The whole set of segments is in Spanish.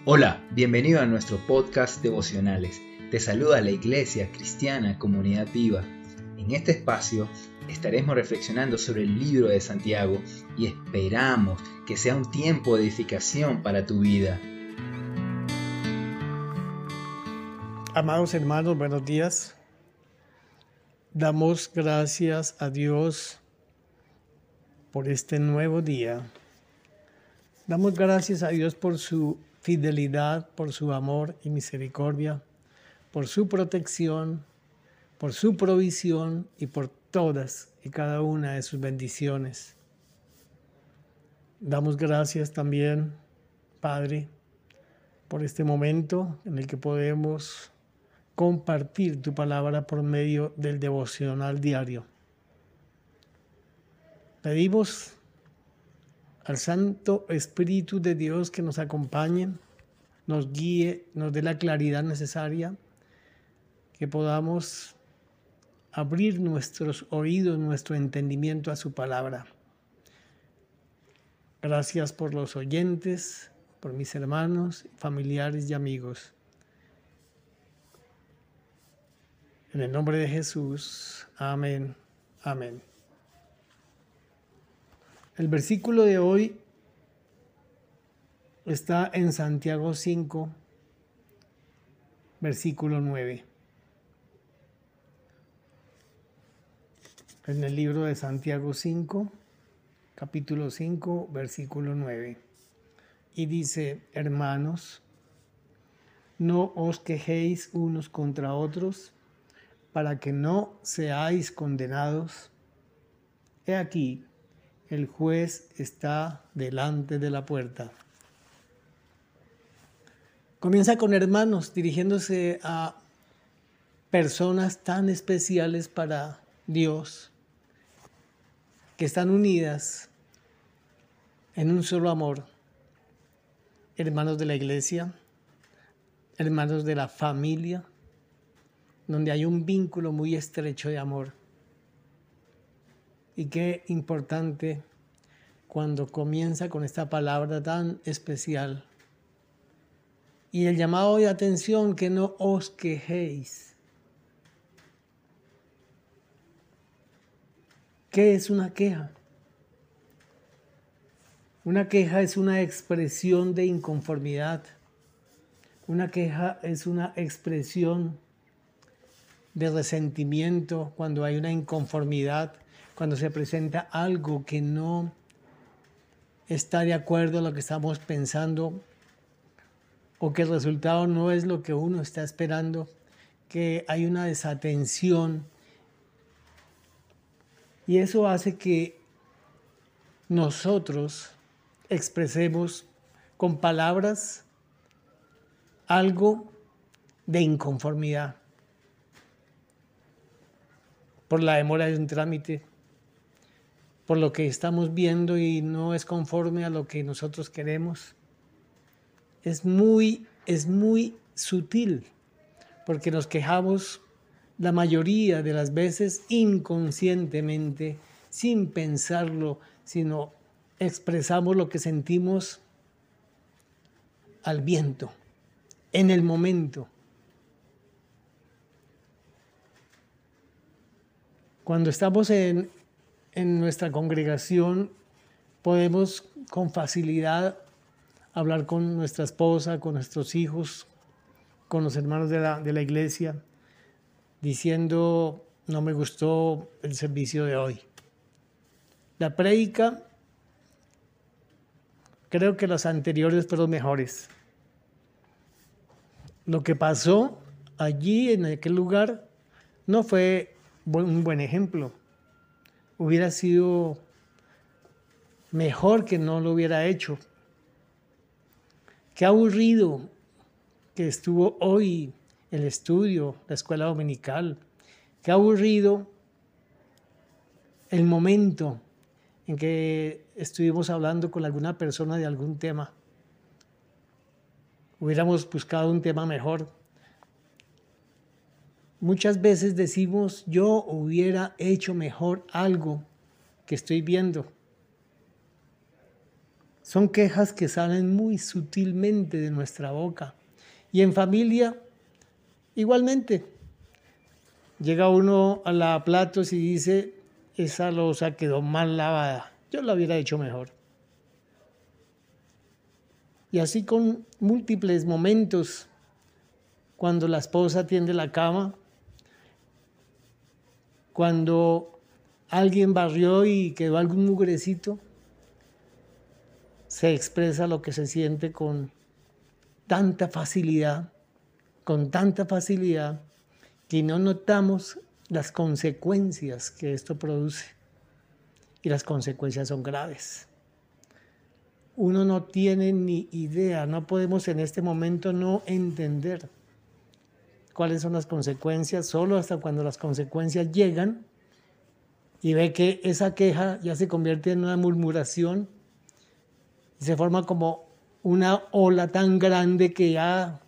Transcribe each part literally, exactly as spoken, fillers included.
Hola, bienvenido a nuestro podcast devocionales. Te saluda la Iglesia Cristiana Comunidad Viva. En este espacio estaremos reflexionando sobre el libro de Santiago y esperamos que sea un tiempo de edificación para tu vida. Amados hermanos, buenos días. Damos gracias a Dios por este nuevo día. Damos gracias a Dios por su fidelidad, por su amor y misericordia, por su protección, por su provisión y por todas y cada una de sus bendiciones. Damos gracias también, Padre, por este momento en el que podemos compartir tu palabra por medio del devocional diario. Pedimos al Santo Espíritu de Dios que nos acompañe, nos guíe, nos dé la claridad necesaria, que podamos abrir nuestros oídos, nuestro entendimiento a su palabra. Gracias por los oyentes, por mis hermanos, familiares y amigos. En el nombre de Jesús, amén, amén. El versículo de hoy está en Santiago cinco, versículo nueve. En el libro de Santiago cinco, capítulo cinco, versículo nueve. Y dice: hermanos, no os quejéis unos contra otros, para que no seáis condenados. He aquí, el juez está delante de la puerta. Comienza con hermanos, dirigiéndose a personas tan especiales para Dios, que están unidas en un solo amor. Hermanos de la iglesia, hermanos de la familia, donde hay un vínculo muy estrecho de amor. Y qué importante cuando comienza con esta palabra tan especial. Y el llamado de atención, que no os quejéis. ¿Qué es una queja? Una queja es una expresión de inconformidad. Una queja es una expresión de resentimiento cuando hay una inconformidad, cuando se presenta algo que no está de acuerdo a lo que estamos pensando, o que el resultado no es lo que uno está esperando, que hay una desatención. Y eso hace que nosotros expresemos con palabras algo de inconformidad por la demora de un trámite, por lo que estamos viendo y no es conforme a lo que nosotros queremos. Es muy, es muy sutil, porque nos quejamos la mayoría de las veces inconscientemente, sin pensarlo, sino expresamos lo que sentimos al viento, en el momento. Cuando estamos en, en nuestra congregación, podemos con facilidad hablar con nuestra esposa, con nuestros hijos, con los hermanos de la, de la iglesia, diciendo: no me gustó el servicio de hoy. La prédica, creo que las anteriores fueron mejores. Lo que pasó allí, en aquel lugar, no fue un buen ejemplo. Hubiera sido mejor que no lo hubiera hecho. Qué aburrido que estuvo hoy el estudio, la escuela dominical. Qué aburrido el momento en que estuvimos hablando con alguna persona de algún tema. Hubiéramos buscado un tema mejor. Muchas veces decimos: yo hubiera hecho mejor algo que estoy viendo. Son quejas que salen muy sutilmente de nuestra boca. Y en familia, igualmente. Llega uno a la platos y dice, esa loza quedó mal lavada, yo la hubiera hecho mejor. Y así con múltiples momentos, cuando la esposa tiende la cama, cuando alguien barrió y quedó algún mugrecito, se expresa lo que se siente con tanta facilidad, con tanta facilidad, que no notamos las consecuencias que esto produce. Y las consecuencias son graves. Uno no tiene ni idea, no podemos en este momento no entender cuáles son las consecuencias, solo hasta cuando las consecuencias llegan y ve que esa queja ya se convierte en una murmuración y se forma como una ola tan grande que ya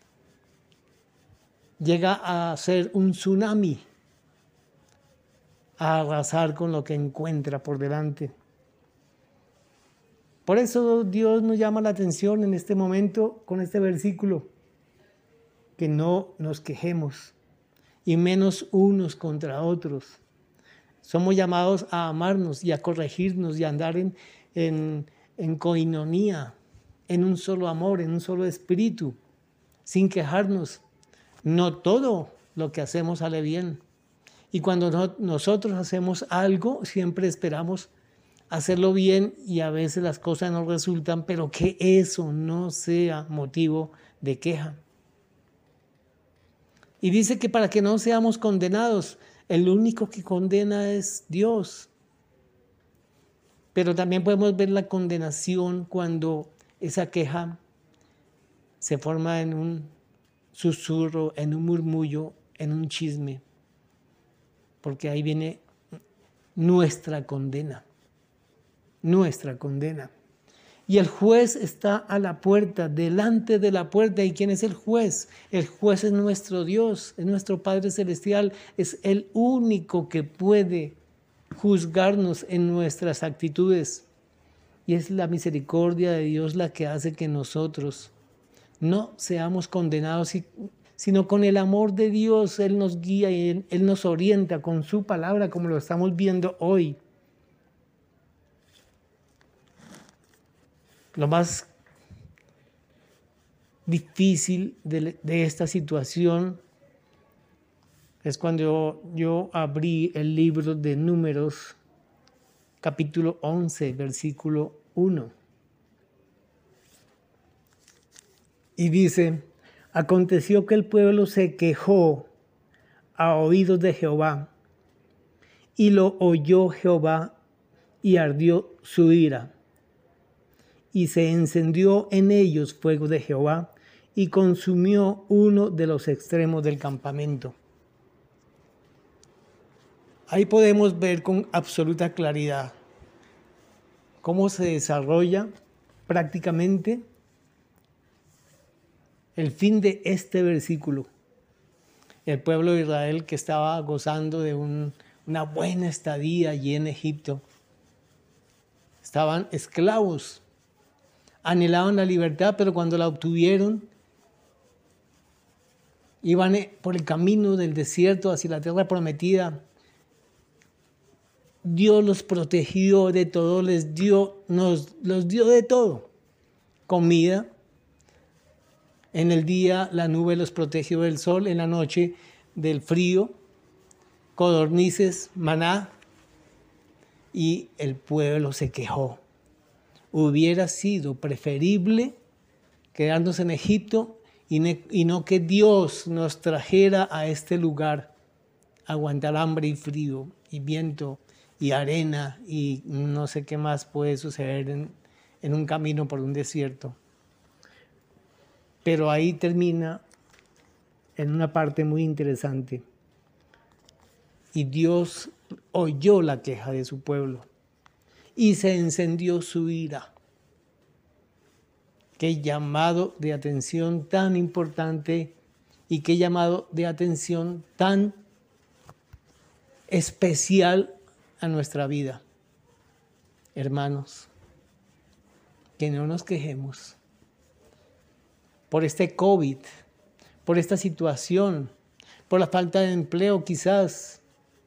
llega a ser un tsunami, a arrasar con lo que encuentra por delante. Por eso Dios nos llama la atención en este momento con este versículo, que no nos quejemos, y menos unos contra otros. Somos llamados a amarnos y a corregirnos y a andar en, en, en coinonía, en un solo amor, en un solo espíritu, sin quejarnos. No todo lo que hacemos sale bien. Y cuando no, nosotros hacemos algo, siempre esperamos hacerlo bien y a veces las cosas no resultan, pero que eso no sea motivo de queja. Y dice que para que no seamos condenados, el único que condena es Dios. Pero también podemos ver la condenación cuando esa queja se forma en un susurro, en un murmullo, en un chisme. Porque ahí viene nuestra condena, nuestra condena. Y el juez está a la puerta, delante de la puerta. ¿Y quién es el juez? El juez es nuestro Dios, es nuestro Padre Celestial. Es el único que puede juzgarnos en nuestras actitudes. Y es la misericordia de Dios la que hace que nosotros no seamos condenados, sino con el amor de Dios Él nos guía y Él, Él nos orienta con su palabra, como lo estamos viendo hoy. Lo más difícil de, de esta situación es cuando yo, yo abrí el libro de Números, capítulo once, versículo uno. Y dice, aconteció que el pueblo se quejó a oídos de Jehová, y lo oyó Jehová, y ardió su ira. Y se encendió en ellos fuego de Jehová, y consumió uno de los extremos del campamento. Ahí podemos ver con absoluta claridad cómo se desarrolla prácticamente el fin de este versículo. El pueblo de Israel, que estaba gozando de un, una buena estadía allí en Egipto, estaban esclavos, anhelaban la libertad, pero cuando la obtuvieron, iban por el camino del desierto hacia la tierra prometida. Dios los protegió de todo, les dio, nos los dio de todo. Comida. En el día la nube los protegió del sol, en la noche del frío, codornices, maná, y el pueblo se quejó. Hubiera sido preferible quedarnos en Egipto y, ne- y no que Dios nos trajera a este lugar, a aguantar hambre y frío y viento y arena y no sé qué más puede suceder en, en un camino por un desierto. Pero ahí termina en una parte muy interesante. Y Dios oyó la queja de su pueblo y se encendió su ira. Qué llamado de atención tan importante y qué llamado de atención tan especial a nuestra vida. Hermanos, que no nos quejemos por este COVID, por esta situación, por la falta de empleo quizás,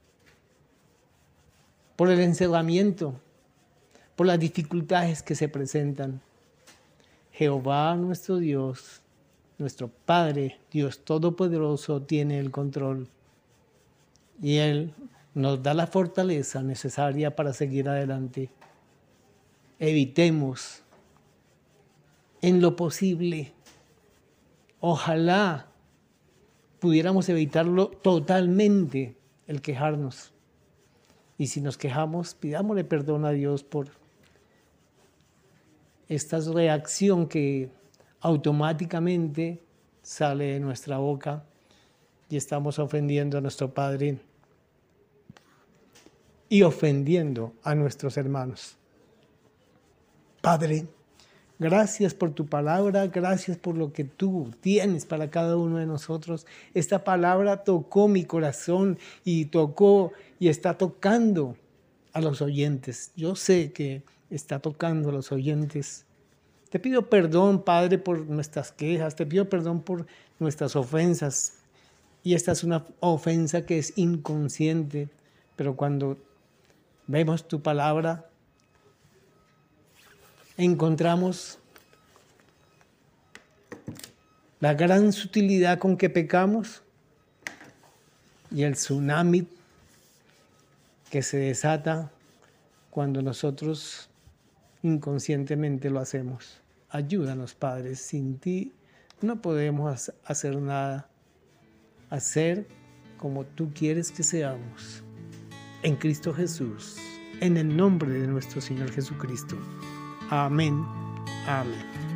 por el encerramiento, por las dificultades que se presentan. Jehová nuestro Dios, nuestro Padre, Dios Todopoderoso, tiene el control y Él nos da la fortaleza necesaria para seguir adelante. Evitemos en lo posible, ojalá pudiéramos evitarlo totalmente, el quejarnos. Y si nos quejamos, pidámosle perdón a Dios por esta reacción que automáticamente sale de nuestra boca y estamos ofendiendo a nuestro Padre y ofendiendo a nuestros hermanos. Padre, gracias por tu palabra, gracias por lo que tú tienes para cada uno de nosotros. Esta palabra tocó mi corazón y tocó y está tocando a los oyentes. Yo sé que está tocando a los oyentes. Te pido perdón, Padre, por nuestras quejas, te pido perdón por nuestras ofensas. Y esta es una ofensa que es inconsciente, pero cuando vemos tu palabra, encontramos la gran sutilidad con que pecamos y el tsunami que se desata cuando nosotros inconscientemente lo hacemos. Ayúdanos, Padre, sin ti no podemos hacer nada. Hacer como tú quieres que seamos. En Cristo Jesús, en el nombre de nuestro Señor Jesucristo. Amén. Amén.